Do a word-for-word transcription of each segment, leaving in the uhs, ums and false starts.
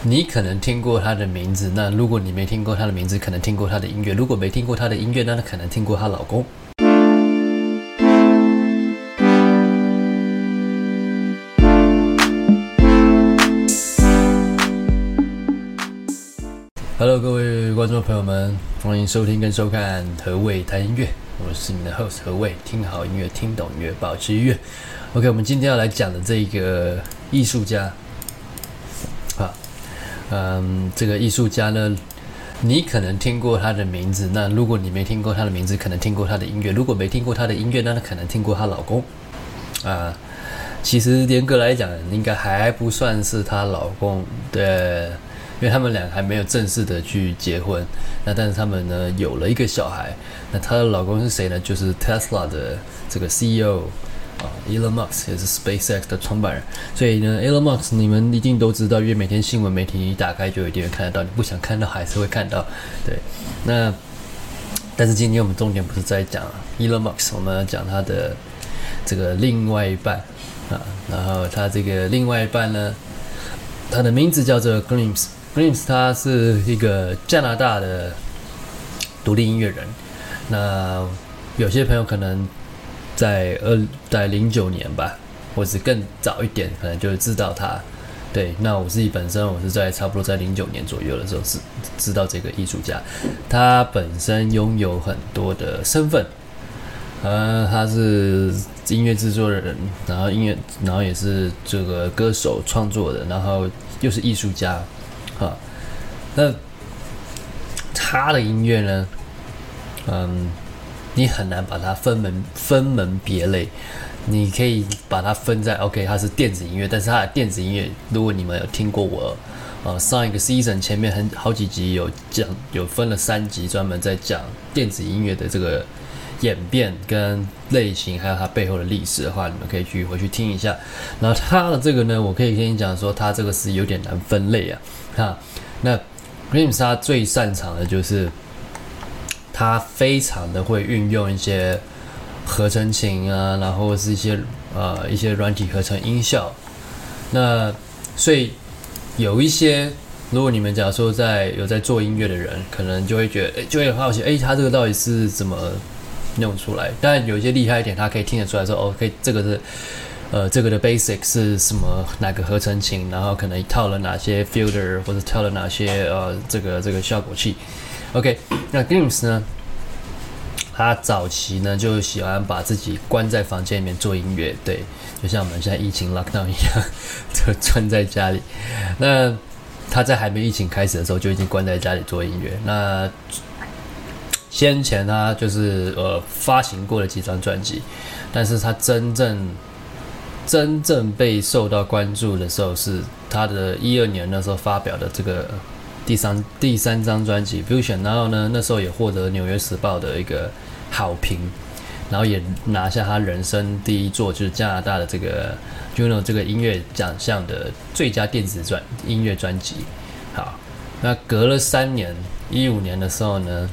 你可能听过他的名字，那如果你没听过他的名字，可能听过他的音乐；如果没听过他的音乐，那可能听过她老公。Hello， 各位观众朋友们，欢迎收听跟收看何谓谈音乐，我是你的 host 何谓，听好音乐，听懂音乐，保持音乐。OK， 我们今天要来讲的这个艺术家，啊，嗯，这个艺术家呢，你可能听过他的名字，那如果你没听过他的名字，可能听过他的音乐；如果没听过他的音乐，那可能听过她老公。啊，其实严格来讲，应该还不算是她老公的。因为他们俩还没有正式的去结婚，那但是他们呢有了一个小孩，那她的老公是谁呢？就是 Tesla 的这个 C E O 啊 ，Elon Musk 也是 SpaceX 的创办人。所以呢 ，Elon Musk 你们一定都知道，因为每天新闻媒体一打开就一定会看得到，你不想看到还是会看到。对，那但是今天我们重点不是在讲 Elon Musk， 我们要讲他的这个另外一半啊，然后他这个另外一半呢，他的名字叫做 Glimpse。Glimpse 他是一个加拿大的独立音乐人。那有些朋友可能在二在零九年吧，或是更早一点，可能就知道他。对，那我自己本身我是在差不多在零九年左右的时候知知道这个艺术家。他本身拥有很多的身份，呃，他是音乐制作人，然后音乐，然后也是这个歌手创作的，然后又是艺术家。啊，那他的音乐呢，嗯，你很难把它分门分门别类。你可以把它分在 OK， 它是电子音乐，但是它的电子音乐，如果你们有听过我呃上一个 season 前面很好几集有讲，有分了三集专门在讲电子音乐的这个演变跟类型，还有它背后的历史的话，你们可以去回去听一下。然后它的这个呢，我可以跟你讲说，它这个是有点难分类啊。哈，那 Glimpse 他最擅长的就是他非常的会运用一些合成琴啊，然后是一些呃一些软体合成音效。那所以有一些，如果你们假如说在有在做音乐的人，可能就会觉得，就会很好奇，哎，他这个到底是怎么弄出来？但有一些厉害一点，他可以听得出来说 ，OK， 这个是。呃，这个的 basic 是什么？哪个合成琴？然后可能套了哪些 filter， 或者套了哪些呃这个这个效果器 ？OK， 那 Glimpse 呢？他早期呢就喜欢把自己关在房间里面做音乐，对，就像我们现在疫情 lockdown 一样，就关在家里。那他在还没疫情开始的时候就已经关在家里做音乐。那先前他就是呃发行过了几张专辑，但是他真正真正被受到关注的时候，是他的一二年那时候发表的这个第三第三张专辑 Fusion， 然后呢，那时候也获得《纽约时报》的一个好评，然后也拿下他人生第一座，就是加拿大的这个 Juno 这个音乐奖项的最佳电子专音乐专辑。好，那隔了三年，一五年的时候呢，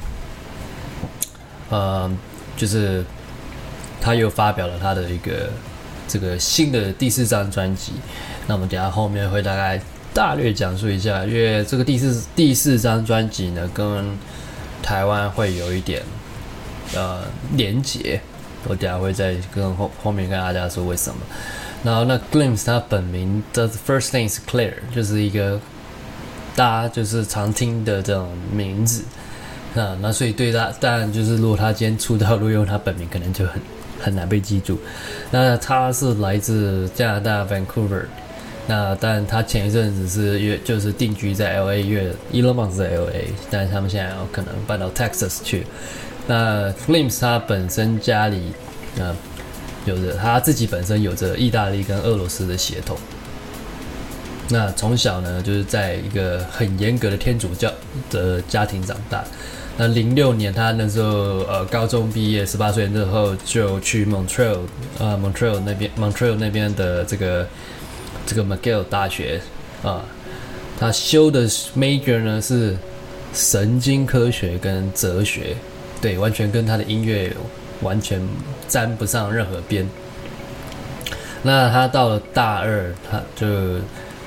呃，就是他又发表了他的一个。这个新的第四张专辑，那我们等一下后面会大概大略讲述一下，因为这个第四第四张专辑呢，跟台湾会有一点呃连结，我等一下会再跟后后面跟大家说为什么。然后那 Glimpse 他本名的 first name 是 Claire， 就是一个大家就是常听的这种名字啊，那所以对他当然就是如果他今天出道，如果用他本名，可能就很。很难被记住。那他是来自加拿大 Vancouver， 那但他前一阵子是就是定居在 L A， 因为 Elon Musk 在 L A， 但是他们现在有可能搬到 Texas 去。那 Glimpse 他本身家里呃有着他自己本身有着意大利跟俄罗斯的血统。那从小呢就是在一个很严格的天主教的家庭长大。那零六年，他那时候呃高中毕业，十八岁之后就去 Montreal 呃 Montreal 那边 Montreal 那边的这个这个 McGill 大学啊，他修的 major 呢是神经科学跟哲学，对，完全跟他的音乐完全沾不上任何边。那他到了大二，他就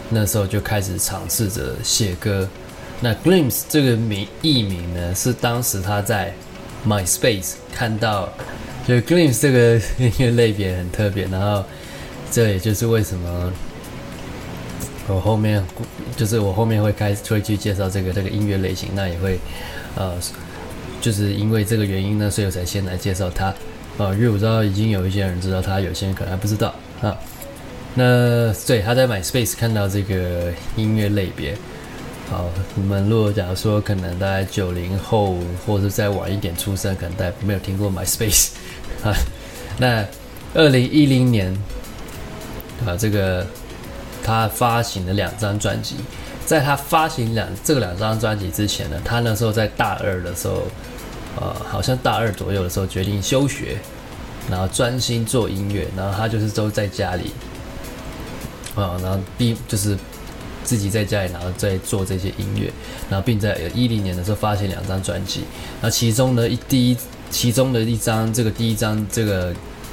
那时候就开始尝试着写歌。那 Glimpse 这个名艺名呢，是当时他在 MySpace 看到，就 Glimpse 这个音乐类别很特别，然后这也就是为什么我后面就是我后面会开始会去介绍这个这个音乐类型，那也会呃，就是因为这个原因呢，所以我才先来介绍它啊，因为我知道已经有一些人知道它，有些人可能还不知道啊。那对，他在 MySpace 看到这个音乐类别。好，你们如果假如说可能大概九零后，或者再晚一点出生，可能大家没有听过 MySpace 啊。那二零一零年啊，这个他发行了两张专辑。在他发行两这个两张专辑之前呢，他那时候在大二的时候，呃，好像大二左右的时候决定休学，然后专心做音乐，然后他就是都在家里啊，然后并就是。自己在家里，然后在做这些音乐，然后并在一零年的时候发行两张专辑。那其中的一第一，其中的一张，这个第一张这个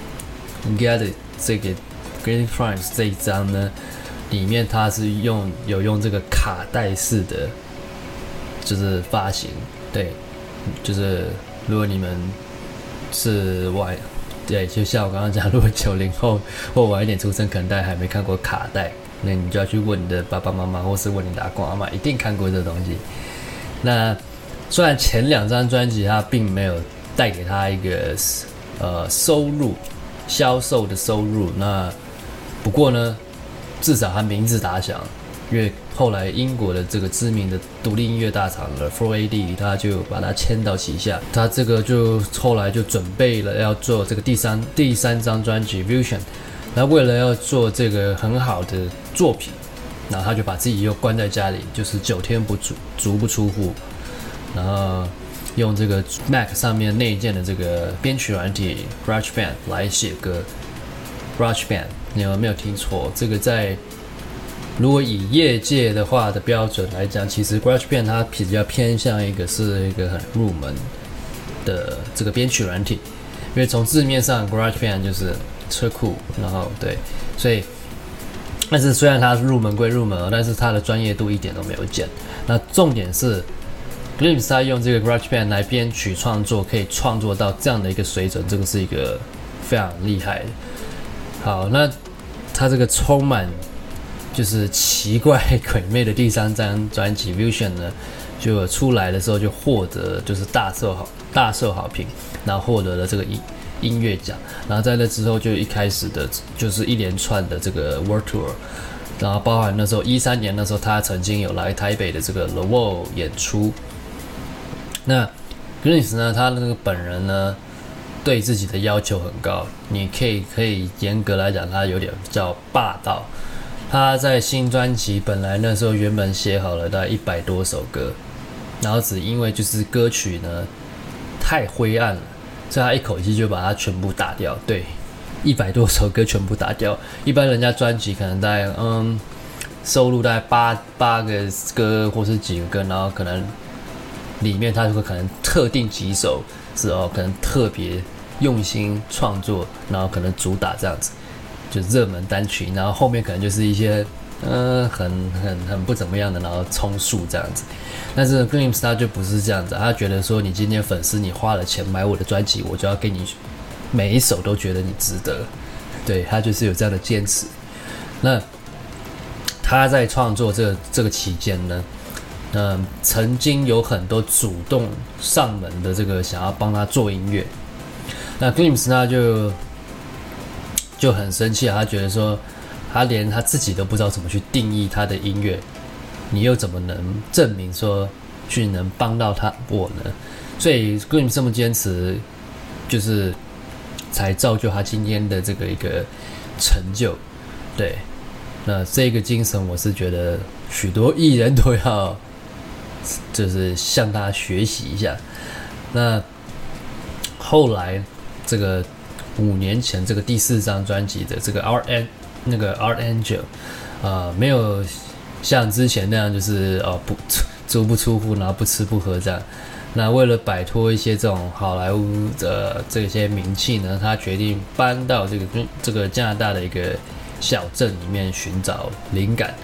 Get 这个 Great Crimes 这一张呢，里面它是用有用这个卡带式的，就是发行。对，就是如果你们是晚，对，就像我刚刚讲，如果九零后或晚一点出生，可能大家还没看过卡带。那你就要去问你的爸爸妈妈，或是问你的阿公阿嬷，一定看过这东西。那虽然前两张专辑它并没有带给他一个呃收入、销售的收入，那不过呢，至少他名字打响，因为后来英国的这个知名的独立音乐大厂的 四 A D， 他就把它签到旗下，他这个就后来就准备了要做这个第三第三张专辑 Vision。那为了要做这个很好的作品，然后他就把自己又关在家里，就是九天不足足不出户，然后用这个 Mac 上面内建的这个编曲软体 GarageBand 来写歌。GarageBand 你有没有听错？这个在如果以业界的话的标准来讲，其实 GarageBand 它比较偏向一个是一个很入门的这个编曲软体，因为从字面上 GarageBand 就是车库，然后对，所以，但是虽然它入门归入门，但是它的专业度一点都没有减。那重点是 Glimpse 它用这个 GarageBand 来编曲创作，可以创作到这样的一个水准，这个是一个非常厉害的。好，那它这个充满就是奇怪鬼魅的第三张专辑 Vision 呢，就出来的时候就获得就是大受好大受好评，然后获得了这个音音乐奖，然后在那之后就一开始的就是一连串的这个 World Tour， 然后包含那时候一三年那时候他曾经有来台北的这个 The Wall 演出。那 Glimpse 呢，他那个本人呢对自己的要求很高，你可以可以严格来讲他有点比较霸道。他在新专辑本来那时候原本写好了大概一百多首歌，然后只因为就是歌曲呢太灰暗了，所以他一口气就把它全部打掉。对，一百多首歌全部打掉。一般人家专辑可能大概嗯收录大概八八个歌或是几个歌，然后可能里面他会可能特定几首是哦可能特别用心创作，然后可能主打这样子，就热门单曲，然后后面可能就是一些呃很很很不怎么样的，然后充数这样子。但是 Glimpse 他就不是这样子，他觉得说你今天粉丝你花了钱买我的专辑，我就要给你每一首都觉得你值得。对，他就是有这样的坚持。那他在创作这个这个期间呢，嗯，曾经有很多主动上门的这个想要帮他做音乐。那 Glimpse 他就就很生气啊，他觉得说他连他自己都不知道怎么去定义他的音乐，你又怎么能证明说去能帮到他我呢？所以 Glimpse 这么坚持，就是才造就他今天的这个一个成就。对，那这个精神我是觉得许多艺人都要就是向他学习一下。那后来这个五年前这个第四张专辑的这个 Art An 那个 Art Angel， 呃，没有像之前那样就是哦不足不出户，然后不吃不喝这样。那为了摆脱一些这种好莱坞的这些名气呢，他决定搬到这个这个加拿大的一个小镇里面寻找灵感。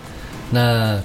那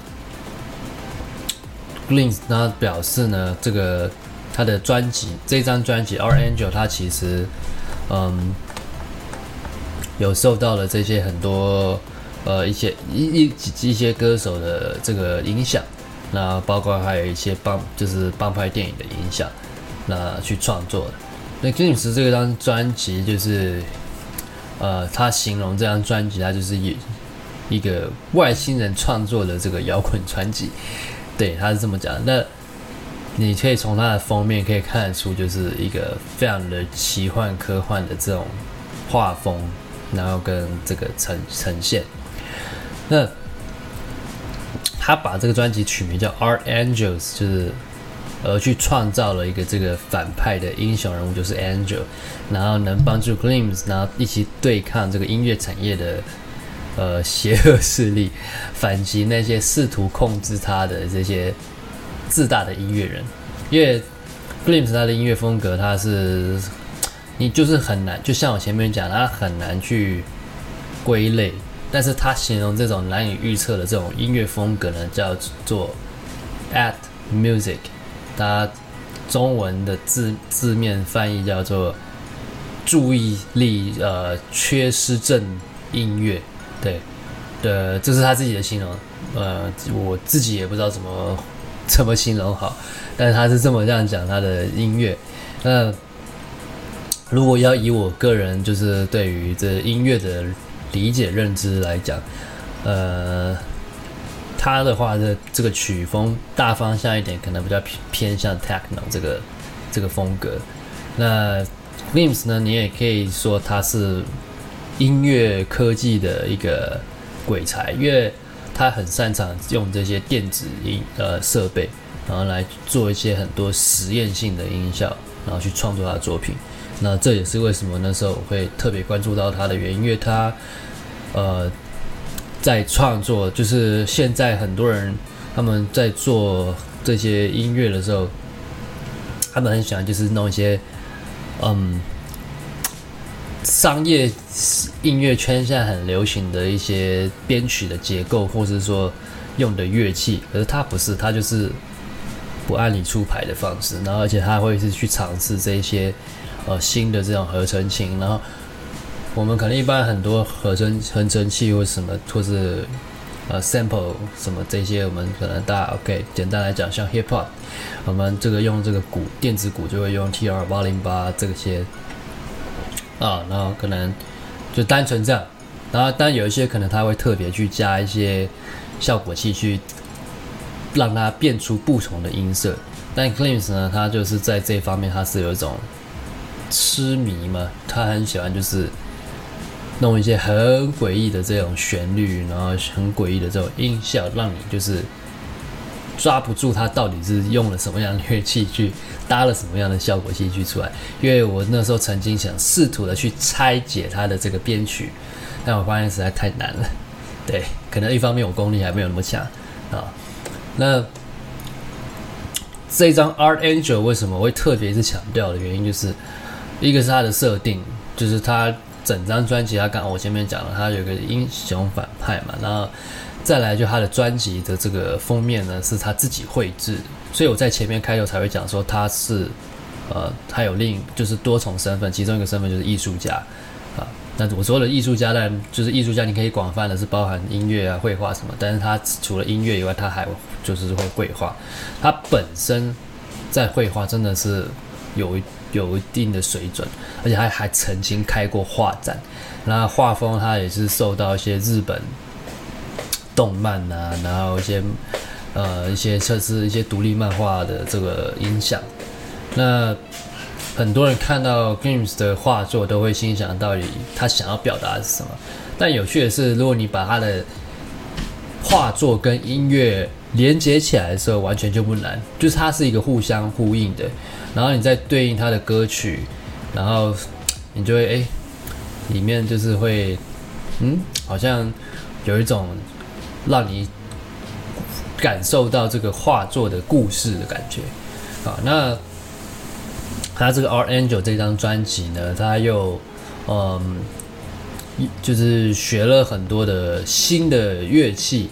Glimpse 他表示呢，这个他的专辑这张专辑 Art Angel 他其实嗯有受到了这些很多呃一些一一一些歌手的这个影响，那包括还有一些帮就是帮派电影的影响，那去创作的。那 Glimpse 这张专辑就是呃他形容这张专辑，它就是一一个外星人创作的这个摇滚专辑，对，他是这么讲。那你可以从它的封面可以看得出，就是一个非常的奇幻科幻的这种画风，然后跟这个呈呈现。那他把这个专辑取名叫 Art Angels， 就是而去创造了一个这个反派的英雄人物，就是 Angel， 然后能帮助 Glimpse， 然后一起对抗这个音乐产业的呃邪恶势力，反击那些试图控制他的这些自大的音乐人。因为 Glimpse 他的音乐风格，他是你就是很难，就像我前面讲，他很难去归类，但是他形容这种难以预测的这种音乐风格呢，叫做 Act Music， 它中文的字字面翻译叫做注意力呃缺失症音乐，对的，这是他自己的形容，呃，我自己也不知道怎么怎么形容好，但是他是这么这样讲他的音乐。那如果要以我个人就是对于这音乐的理解认知来讲，呃，他的话的这个曲风大方向一点，可能比较偏向 techno 这个这个风格。那 Glimpse 呢，你也可以说他是音乐科技的一个鬼才，因为他很擅长用这些电子音呃设备，然后来做一些很多实验性的音效，然后去创作他的作品。那这也是为什么那时候我会特别关注到他的原因，因为他呃在创作，就是现在很多人他们在做这些音乐的时候，他们很喜欢就是弄一些嗯商业音乐圈现在很流行的一些编曲的结构，或是说用的乐器，可是他不是，他就是不按理出牌的方式，然后而且他会是去尝试这些呃新的这种合成器，然后我们可能一般很多合成合成器或什么，或是呃 sample 什么这些，我们可能大家 OK 简单来讲，像 hip hop， 我们这个用这个鼓电子鼓就会用 T R 八零八 这些啊，然后可能就单纯这样，然后但有一些可能他会特别去加一些效果器去让它变出不同的音色。但 Glimpse 呢，他就是在这方面他是有一种痴迷嘛，他很喜欢就是弄一些很诡异的这种旋律，然后很诡异的这种音效，让你就是抓不住他到底是用了什么样的乐器去搭了什么样的效果器去出来。因为我那时候曾经想试图的去拆解他的这个编曲，但我发现实在太难了。对，可能一方面我功力还没有那么强啊。那这张 Art Angel 为什么会特别是强调的原因，就是一个是它的设定，就是它整张专辑，它刚刚我前面讲了，它有个英雄反派嘛，然后再来就它的专辑的这个封面呢是他自己绘制，所以我在前面开头才会讲说他是呃他有另就是多重身份，其中一个身份就是艺术家啊。那我说的艺术家呢，就是艺术家，你可以广泛的是包含音乐啊、绘画什么，但是他除了音乐以外，他还就是会绘画。他本身在绘画真的是有有一定的水准，而且他还曾经开过画展。那画风他也是受到一些日本动漫啊，然后一些呃一些甚至一些独立漫画的这个影响。那很多人看到 Glimpse 的画作都会心想到底他想要表达的是什么。但有趣的是，如果你把他的画作跟音乐连接起来的时候，完全就不难，就是它是一个互相呼应的。然后你再对应他的歌曲，然后你就会哎、欸，里面就是会嗯，好像有一种让你感受到这个画作的故事的感觉啊。那他这个 Art Angel 这张专辑呢，他又嗯，就是学了很多的新的乐器，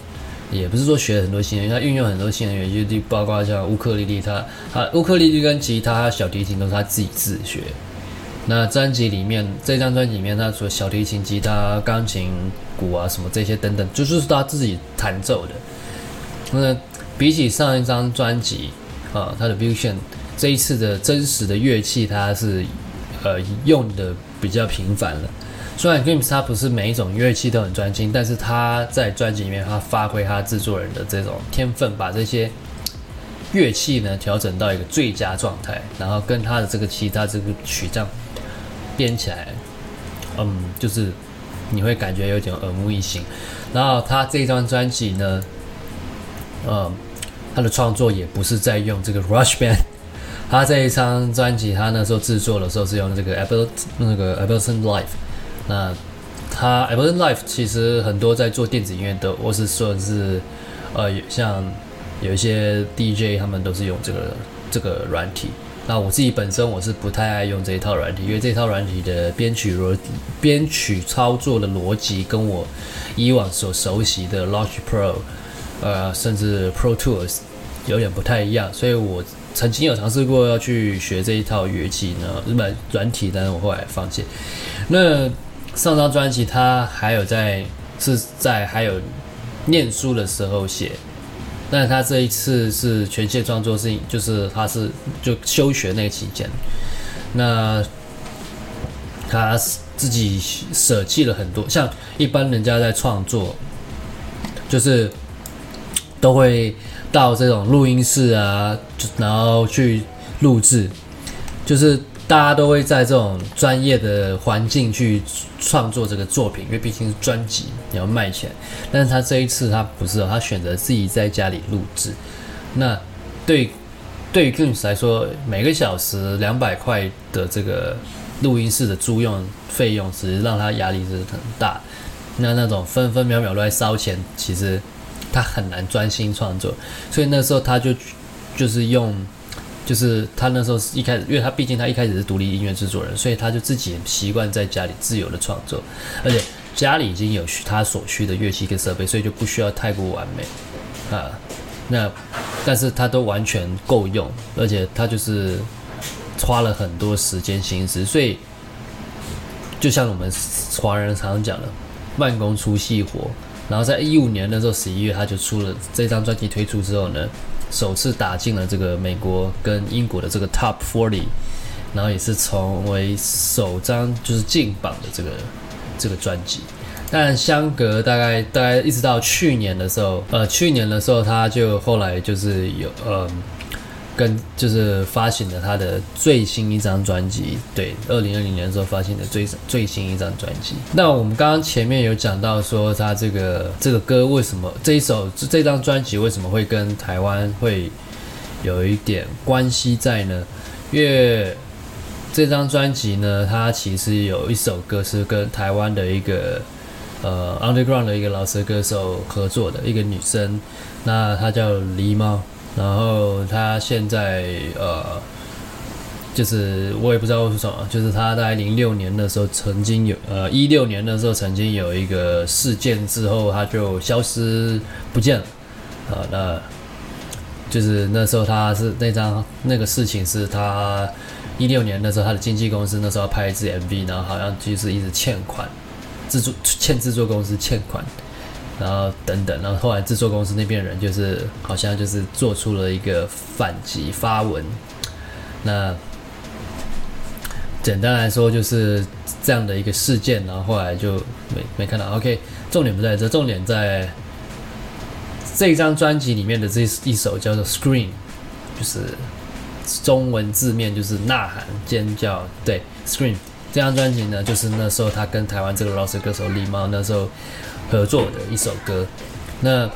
也不是说学很多新的，他运用很多新的乐器，包括像乌克丽丽，他他乌克丽丽跟吉他、小提琴都是他自己自学。那专辑里面，这张专辑里面，他除了小提琴、吉他、钢琴、鼓啊什么这些等等，就是他自己弹奏的。那比起上一张专辑啊，他的 Fusion 这一次的真实的乐器，它是呃用的比较频繁了。虽然 Glimpse 他不是每一种乐器都很专精，但是他在专辑里面他发挥他制作人的这种天分，把这些乐器呢调整到一个最佳状态，然后跟他的这个其他这个曲这样编起来，嗯，就是你会感觉有点耳目一新。然后他这张专辑呢，嗯，他的创作也不是在用这个 Rush Band。他这一张专辑，他那时候制作的时候是用这个 Ableton 那个 Ableton Live。那他 Ableton Live 其实很多在做电子音乐的，或是说是呃像有一些 D J 他们都是用这个这个软体。那我自己本身我是不太爱用这一套软体，因为这套软体的编曲逻编曲操作的逻辑跟我以往所熟悉的 Logic Pro 呃甚至 Pro Tools 有点不太一样，所以我曾经有尝试过要去学这一套乐器呢，日本软体，但是我后来放弃。那上张专辑他还有在是在还有念书的时候写，但他这一次是全线创作，是就是他是就休学那个期间，那他自己舍弃了很多，像一般人家在创作，就是都会到这种录音室啊，然后去录制，就是大家都会在这种专业的环境去创作这个作品，因为毕竟是专辑你要卖钱。但是他这一次他不是，他选择自己在家里录制。那对对于 Glimpse 来说，每个小时两百块的这个录音室的租用费用，其实让他压力是很大。那那种分分秒秒都在烧钱，其实他很难专心创作。所以那时候他就就是用。就是他那时候一开始，因为他毕竟他一开始是独立音乐制作人，所以他就自己习惯在家里自由的创作，而且家里已经有他所需的乐器跟设备，所以就不需要太过完美啊。那但是他都完全够用，而且他就是花了很多时间心思，所以就像我们华人常常讲的，慢工出细活。然后在一五年的时候十一月，他就出了这张专辑推出之后呢。首次打进了这个美国跟英国的这个 Top 四十，然后也是成为首张就是进榜的这个这个专辑。但相隔大概大概一直到去年的时候，呃，去年的时候他就后来就是有呃跟就是发行了他的最新一张专辑，对，二零二零年的时候发行的最最新一张专辑。那我们刚刚前面有讲到说，他这个这个歌为什么这一首这张专辑为什么会跟台湾会有一点关系在呢？因为这张专辑呢，它其实有一首歌是跟台湾的一个呃 underground 的一个老舌歌手合作的一个女生，那她叫狸猫。然后他现在呃，就是我也不知道为什么，就是他在零六年的时候曾经有呃一六年的时候曾经有一个事件之后，他就消失不见了啊、呃。那就是那时候他是那张那个事情是他一六年的时候，他的经纪公司那时候要拍一支 M V， 然后好像就是一直欠款，制作欠制作公司欠款。然后等等，然后后来制作公司那边的人就是好像就是做出了一个反击发文，那简单来说就是这样的一个事件，然后后来就没没看到。OK， 重点不在这，重点在这一张专辑里面的这一首叫做 Scream， 就是中文字面就是呐喊、尖叫，对 ，Scream。这张专辑呢，就是那时候他跟台湾这个饶舌歌手狸猫那时候合作的一首歌。那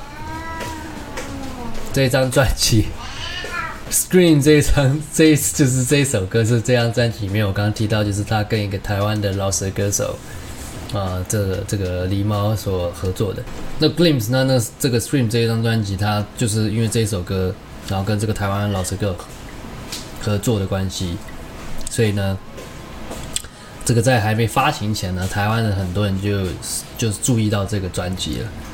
这张专辑 Scream 这一张这就是这一首歌是这张专辑里面我刚刚提到，就是他跟一个台湾的饶舌歌手啊、呃，这个这个狸猫所合作的。那 Glimpse 呢，那这个 Scream 这一张专辑，它就是因为这一首歌，然后跟这个台湾饶舌歌合作的关系，所以呢。这个在还没发行前呢，台湾的很多人就就注意到这个专辑了。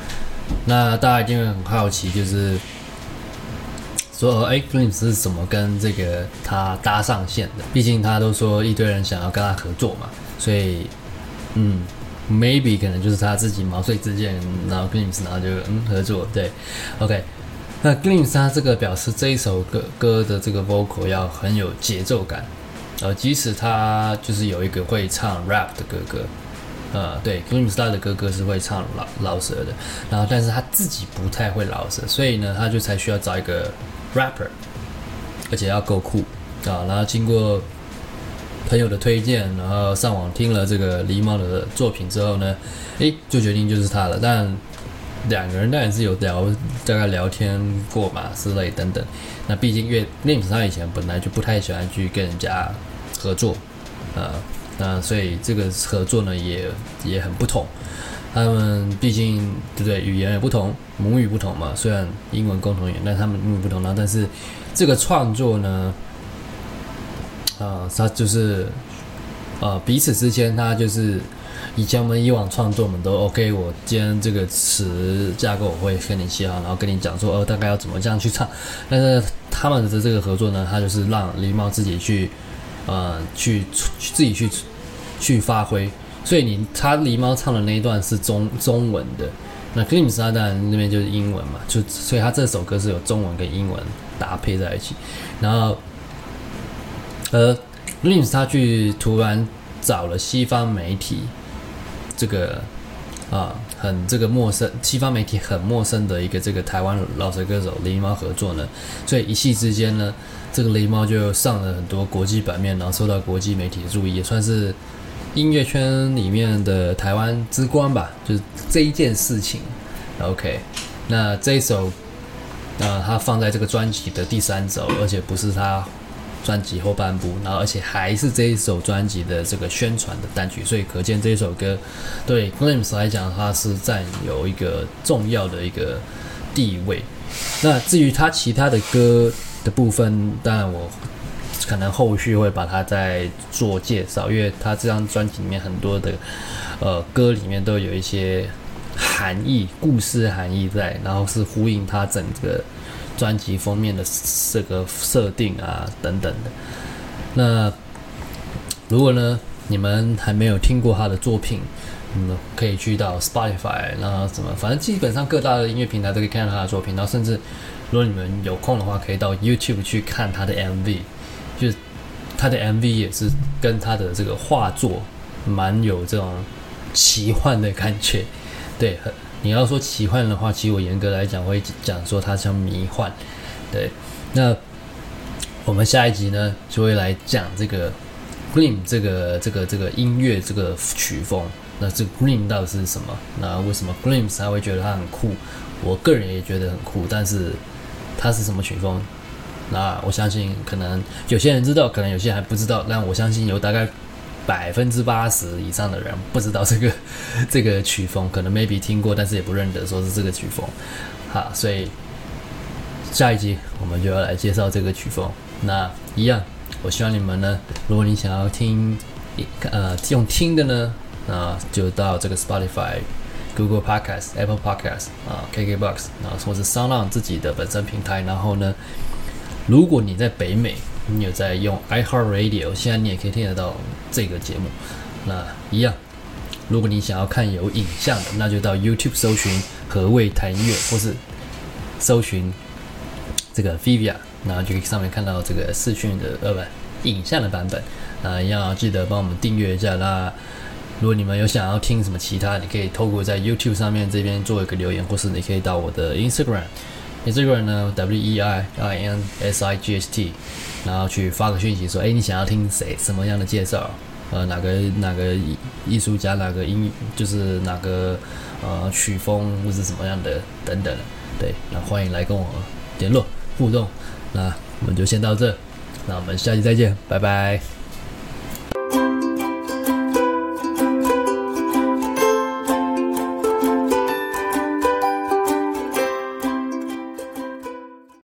那大家一定会很好奇，就是说，哎 ，Glimpse 是怎么跟这个他搭上线的？毕竟他都说一堆人想要跟他合作嘛，所以，嗯 ，maybe 可能就是他自己毛遂自荐，然后 Glimpse 然后就嗯合作，对 ，OK。那 Glimpse 他这个表示这一首歌歌的这个 vocal 要很有节奏感，呃，即使他就是有一个会唱 rap 的哥哥。呃，对 ，Glimpse 他的哥哥是会唱老老舌的，然后但是他自己不太会老舌，所以呢，他就才需要找一个 rapper， 而且要够酷啊。然后经过朋友的推荐，然后上网听了这个狸猫的作品之后呢，诶，就决定就是他了。但两个人当然是有聊，大概聊天过嘛之类等等。那毕竟因为 Glimpse 他以前本来就不太喜欢去跟人家合作，呃。那所以这个合作呢也也很不同，他们毕竟对不对语言也不同，母语不同嘛，虽然英文共同语言，但他们母语不同，然后但是这个创作呢，啊、呃，它就是呃彼此之间，它就是以前我们以往创作我们都 OK， 我今天这个词架构我会跟你写好，然后跟你讲说哦大概要怎么这样去唱，但是他们的这个合作呢，它就是让狸猫自己去。呃，去自己去去发挥，所以你他狸猫唱的那一段是中中文的，那 Glimpse 他当然那边就是英文嘛，就所以他这首歌是有中文跟英文搭配在一起，然后呃 Glimpse 他去突然找了西方媒体这个啊、呃、很这个陌生西方媒体很陌生的一个这个台湾老舌歌手狸猫合作呢，所以一夕之间呢。这个狸猫就上了很多国际版面，然后受到国际媒体的注意，也算是音乐圈里面的台湾之光吧。就是这一件事情 ，OK。那这一首，呃，它放在这个专辑的第三首，而且不是它专辑后半部，然后而且还是这一首专辑的这个宣传的单曲，所以可见这一首歌对 Glimpse 来讲，它是占有一个重要的一个地位。那至于它其他的歌。的部分，当然我可能后续会把它再做介绍，因为它这张专辑里面很多的呃歌里面都有一些含义、故事含义在，然后是呼应它整个专辑封面的这个设定啊等等的。那如果呢你们还没有听过他的作品，嗯，可以去到 Spotify， 然后什么，反正基本上各大的音乐平台都可以看到他的作品，然后甚至。如果你们有空的话，可以到 YouTube 去看他的 M V， 就是他的 M V 也是跟他的这个画作蛮有这种奇幻的感觉。对，你要说奇幻的话，其实我严格来讲会讲说它像迷幻。对，那我们下一集呢就会来讲这个 Glimpse 这个这个这个音乐这个曲风。那这 Glimpse 到底是什么？那为什么 Glimpse 他会觉得它很酷？我个人也觉得很酷，但是。它是什么曲风？那我相信可能有些人知道，可能有些人还不知道。但我相信有大概百分之八十以上的人不知道这个这个曲风，可能 maybe 听过，但是也不认得说是这个曲风。好，所以下一集我们就要来介绍这个曲风。那一样，我希望你们呢，如果你想要听，呃，用听的呢，啊，就到这个 Spotify。Google Podcast、Apple Podcast 啊、K K Box 啊，或是 SoundOn 自己的本身平台。然后呢，如果你在北美，你有在用 iHeartRadio， 现在你也可以听得到这个节目。那一样，如果你想要看有影像的，那就到 YouTube 搜寻何谓谈音乐，或是搜寻这个 Vivia， 然后就可以上面看到这个视讯的呃不影像的版本。啊，一样要记得帮我们订阅一下。那如果你们有想要听什么其他，你可以透过在 YouTube 上面这边做一个留言，或是你可以到我的 Instagram，Instagram 呢 W E I I N S I G H T， 然后去发个讯息说，哎，你想要听谁什么样的介绍？呃，哪个哪个艺术家，哪个音就是哪个呃曲风，或是什么样的等等的，对，那欢迎来跟我联络互动。那我们就先到这，那我们下期再见，拜拜。